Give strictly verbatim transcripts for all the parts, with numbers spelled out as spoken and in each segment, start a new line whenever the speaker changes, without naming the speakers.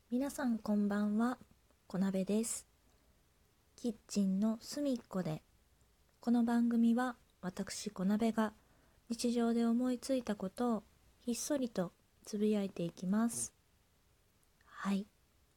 皆さんこんばんは、こなべです。キッチンの隅っこで、この番組は私こなべが日常で思いついたことをひっそりとつぶやいていきます。はい、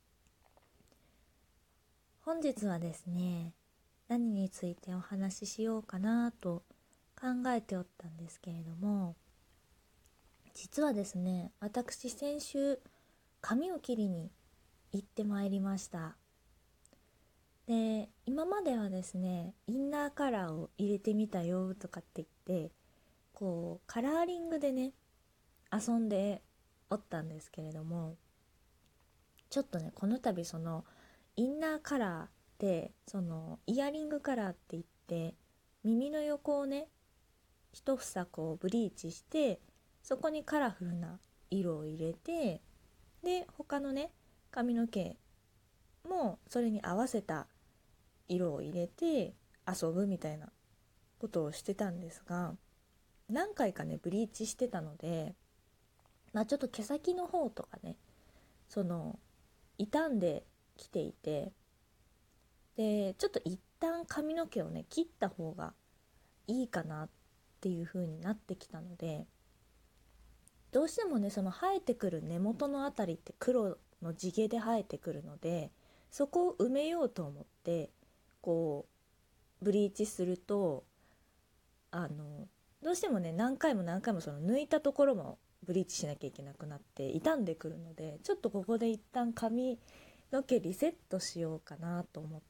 本日はですね、何についてお話ししようかなと考えておったんですけれども、実はですね、私先週髪を切りに行ってまいりました。で、今まではですね、インナーカラーを入れてみたよとかって言ってこうカラーリングでね遊んでおったんですけれども、ちょっとねこの度そのインナーカラーでそのイヤリングカラーって言って耳の横をね一房こうブリーチして、そこにカラフルな色を入れて、で他のね髪の毛もそれに合わせた色を入れて遊ぶみたいなことをしてたんですが、何回かねブリーチしてたので、まあちょっと毛先の方とかねその傷んできていて、でちょっと一旦髪の毛をね切った方がいいかなっていう風になってきたので、どうしてもねその生えてくる根元のあたりって黒の地毛で生えてくるので、そこを埋めようと思ってこうブリーチすると、あのどうしてもね何回も何回もその抜いたところもブリーチしなきゃいけなくなって傷んでくるので、ちょっとここで一旦髪の毛リセットしようかなと思って、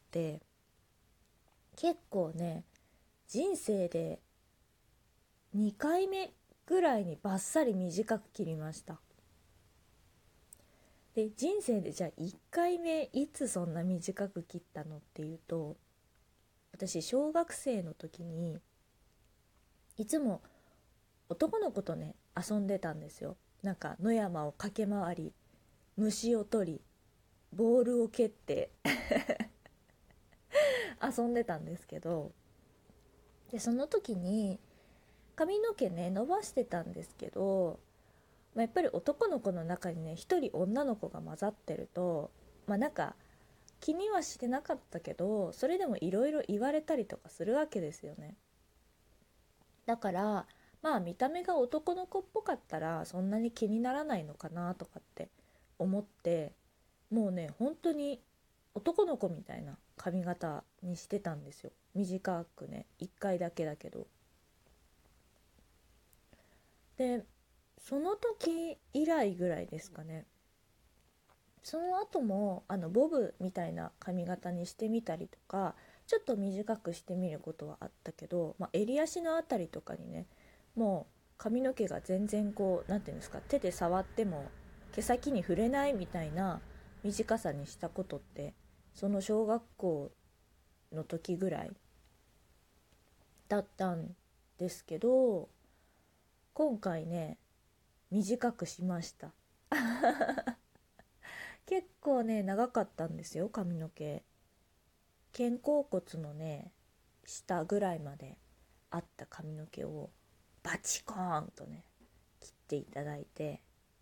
結構ね人生でにかいめぐらいにバッサリ短く切りました。で人生でじゃあいっかいめいつそんな短く切ったのっていうと、私小学生の時にいつも男の子とね遊んでたんですよ。なんか野山を駆け回り、虫を取り、ボールを蹴って遊んでたんですけど、でその時に髪の毛ね伸ばしてたんですけど、まあ、やっぱり男の子の中にね一人女の子が混ざってると、まあなんか気にはしてなかったけど、それでもいろいろ言われたりとかするわけですよね。だからまあ見た目が男の子っぽかったらそんなに気にならないのかなとかって思って、もうね本当に男の子みたいな髪型にしてたんですよ。短くねいっかいだけだけど。でその時以来ぐらいですかね。その後もあのボブみたいな髪型にしてみたりとか、ちょっと短くしてみることはあったけど、まあ、襟足のあたりとかにねもう髪の毛が全然こうなんていうんですか、手で触っても毛先に触れないみたいな短さにしたことって、その小学校の時ぐらいだったんですけど、今回ね短くしました。結構ね長かったんですよ髪の毛。肩甲骨のね下ぐらいまであった髪の毛をバチコーンとね切っていただいて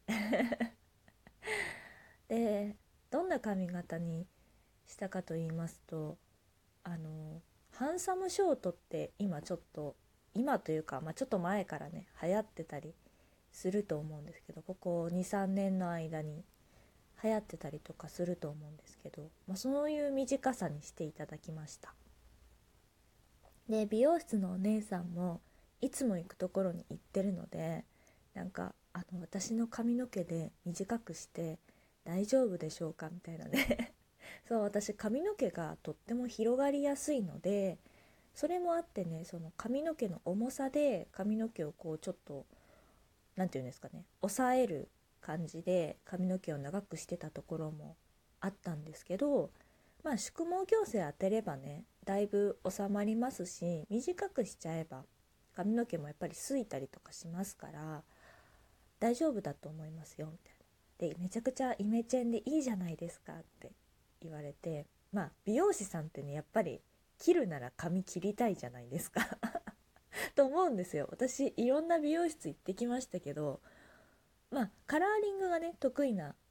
でどんな髪型にしたかと言いますと、あのハンサムショートって今ちょっと今というか、まあ、ちょっと前からね流行ってたりすると思うんですけど、ここにさんねんの間に流行ってたりとかすると思うんですけど、まあ、そういう短さにしていただきました。で美容室のお姉さんもいつも行くところに行ってるので、なんかあの私の髪の毛で短くして大丈夫でしょうかみたいなねそう、私髪の毛がとっても広がりやすいので、それもあってね、その髪の毛の重さで髪の毛をこうちょっとなんていうんですかね抑える感じで髪の毛を長くしてたところもあったんですけど、まあ宿毛矯正当てればねだいぶ収まりますし、短くしちゃえば髪の毛もやっぱりすいたりとかしますから大丈夫だと思いますよみたいな。でめちゃくちゃイメチェンでいいじゃないですかって言われて、まあ美容師さんってねやっぱり切るなら髪切りたいじゃないですかと思うんですよ。私いろんな美容室行ってきましたけど、まあカラーリングがね得意な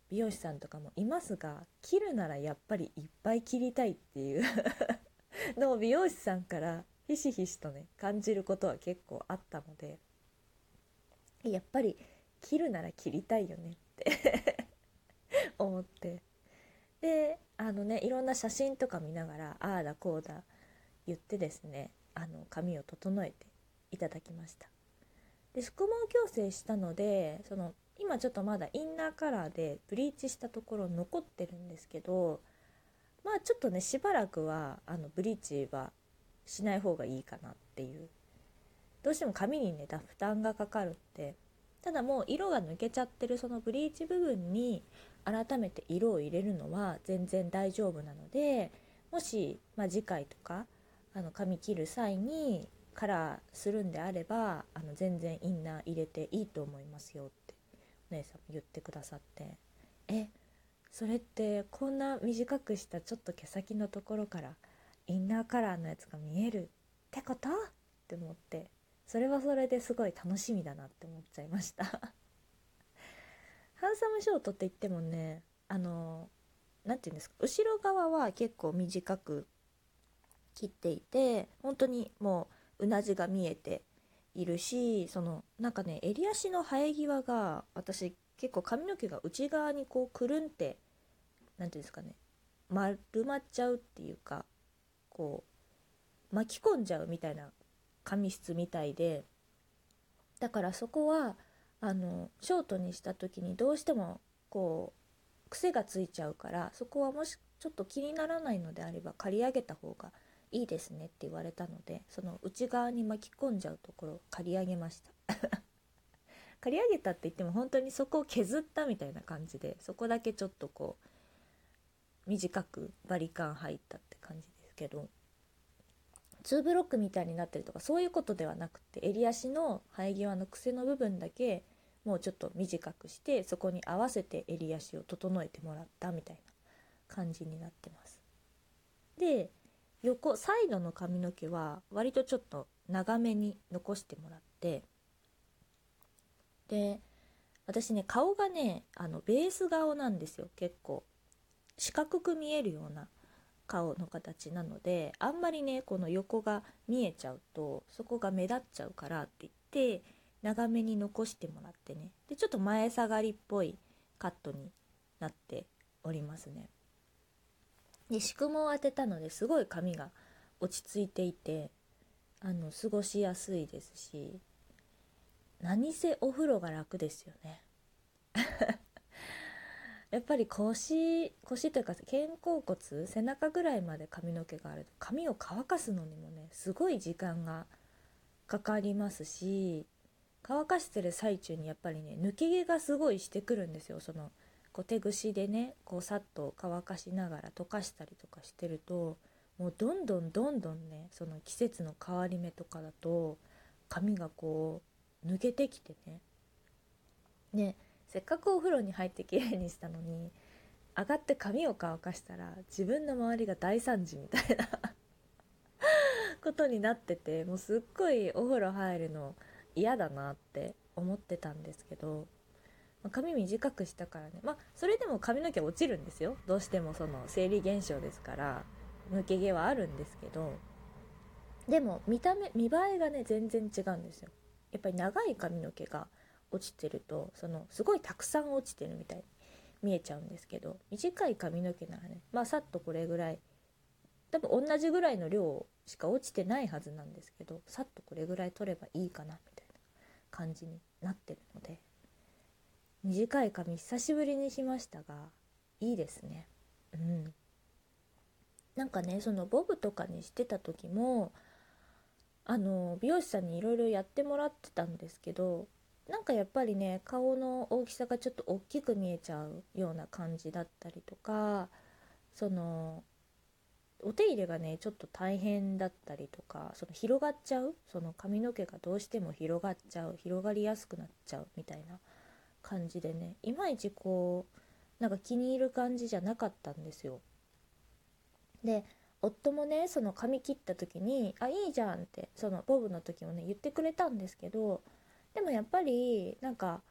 美容師さんとかもいますが、切るならやっぱりいっぱい切りたいっていうのを美容師さんからひしひしとね感じることは結構あったので、やっぱり切るなら切りたいよねって思って、であのねいろんな写真とか見ながらああだこうだ言ってですね、あの髪を整えていただきました。で宿毛矯正したので、その今ちょっとまだインナーカラーでブリーチしたところ残ってるんですけど、まあちょっとねしばらくはあのブリーチはしない方がいいかなっていう、どうしても髪にね負担がかかるって。ただもう色が抜けちゃってるそのブリーチ部分に改めて色を入れるのは全然大丈夫なので、もし、まあ、次回とかあの髪切る際にカラーするんであれば、あの全然インナー入れていいと思いますよってお姉さんも言ってくださって、えそれってこんな短くしたちょっと毛先のところからインナーカラーのやつが見えるってことって思って、それはそれですごい楽しみだなって思っちゃいましたハンサムショートって言ってもね、あのなんていうんですか、後ろ側は結構短く切っていて、本当にもううなじが見えているし、そのなんかね襟足の生え際が、私結構髪の毛が内側にこうくるんって、なんていうんですかね、丸まっちゃうっていうか、こう巻き込んじゃうみたいな髪質みたいで、だからそこはあのショートにした時にどうしてもこう癖がついちゃうから、そこはもしちょっと気にならないのであれば刈り上げた方がいいですねって言われたので、その内側に巻き込んじゃうところを刈り上げました刈り上げたって言っても本当にそこを削ったみたいな感じで、そこだけちょっとこう短くバリカン入ったって感じですけど、ツーブロックみたいになってるとかそういうことではなくて、襟足の生え際の癖の部分だけもうちょっと短くして、そこに合わせて襟足を整えてもらったみたいな感じになってます。で横サイドの髪の毛は割とちょっと長めに残してもらって、で私ね顔がねあのベース顔なんですよ。結構四角く見えるような顔の形なので、あんまりねこの横が見えちゃうとそこが目立っちゃうからって言って長めに残してもらってね、でちょっと前下がりっぽいカットになっておりますね。で宿毛を当てたのですごい髪が落ち着いていて、あの過ごしやすいですし、何せお風呂が楽ですよねやっぱり腰腰というか肩甲骨背中ぐらいまで髪の毛があると、髪を乾かすのにもねすごい時間がかかりますし、乾かしてる最中にやっぱりね抜け毛がすごいしてくるんですよ。そのこう手ぐしでねこうさっと乾かしながら溶かしたりとかしてると、もうどんどんどんどんね、その季節の変わり目とかだと髪がこう抜けてきてね、ねせっかくお風呂に入ってきれいにしたのに、上がって髪を乾かしたら自分の周りが大惨事みたいなことになってて、もうすっごいお風呂入るの嫌だなって思ってたんですけど、まあ髪短くしたからね、まあそれでも髪の毛落ちるんですよ。どうしてもその生理現象ですから抜け毛はあるんですけど、でも見た目見栄えがね全然違うんですよ。やっぱり長い髪の毛が落ちてると、そのすごいたくさん落ちてるみたいに見えちゃうんですけど、短い髪の毛ならね、まあさっとこれぐらい、多分同じぐらいの量しか落ちてないはずなんですけど、さっとこれぐらい取ればいいかなみたいな感じになってるので、短い髪久しぶりにしましたがいいですね。うん。なんかねそのボブとかにしてた時もあの美容師さんにいろいろやってもらってたんですけど、なんかやっぱりね顔の大きさがちょっと大きく見えちゃうような感じだったりとか、そのお手入れがねちょっと大変だったりとか、その広がっちゃう、その髪の毛がどうしても広がっちゃう広がりやすくなっちゃうみたいな感じでね、いまいちこうなんか気に入る感じじゃなかったんですよ。で夫もねその髪切った時に「あいいじゃん」ってそのボブの時もね言ってくれたんですけど、でもやっぱりなんか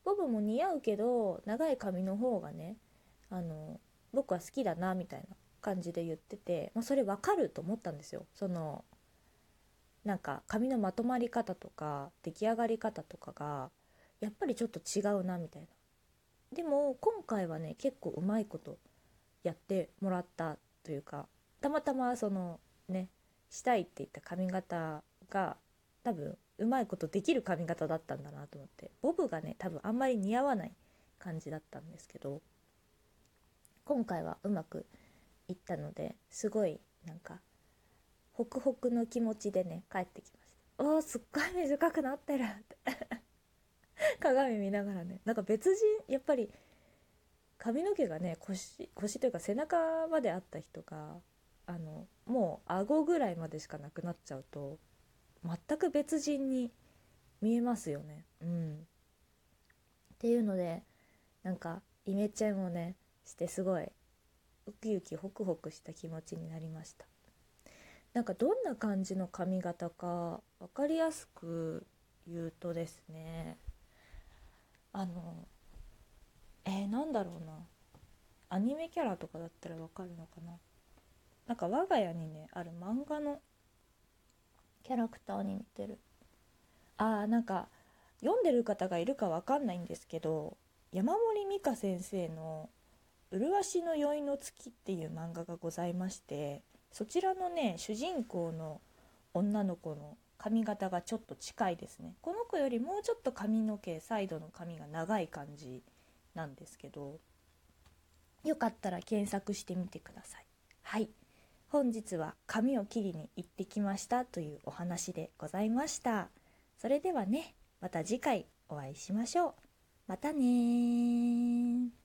ボブも似合うけど長い髪の方がね、あの僕は好きだなみたいな感じで言ってて、まあ、それ分かると思ったんですよ。そのなんか髪のまとまり方とか出来上がり方とかがやっぱりちょっと違うなみたいな。でも今回はね結構うまいことやってもらったというか、たまたまそのねしたいって言った髪型が多分うまいことできる髪型だったんだなと思って、ボブがね多分あんまり似合わない感じだったんですけど、今回はうまくいったのですごいなんかホクホクの気持ちでね帰ってきました。おーすっごい短くなってるって鏡見ながらね、なんか別人、やっぱり髪の毛がね腰腰というか背中まであった人があのもう顎ぐらいまでしかなくなっちゃうと全く別人に見えますよね。うん。っていうのでなんかイメチェンをねしてすごいウキウキホクホクした気持ちになりました。なんかどんな感じの髪型か分かりやすく言うとですね、あのえー、なんだろうな、アニメキャラとかだったら分かるのかな。なんか我が家にねある漫画のキャラクターに似てる。あーなんか読んでる方がいるか分かんないんですけど、山森美香先生の麗しの宵の月っていう漫画がございまして、そちらのね主人公の女の子の髪型がちょっと近いですね。この子よりもうちょっと髪の毛サイドの髪が長い感じなんですけど、よかったら検索してみてください。はい、本日は髪を切りに行ってきましたというお話でございました。それではね、また次回お会いしましょう。またね。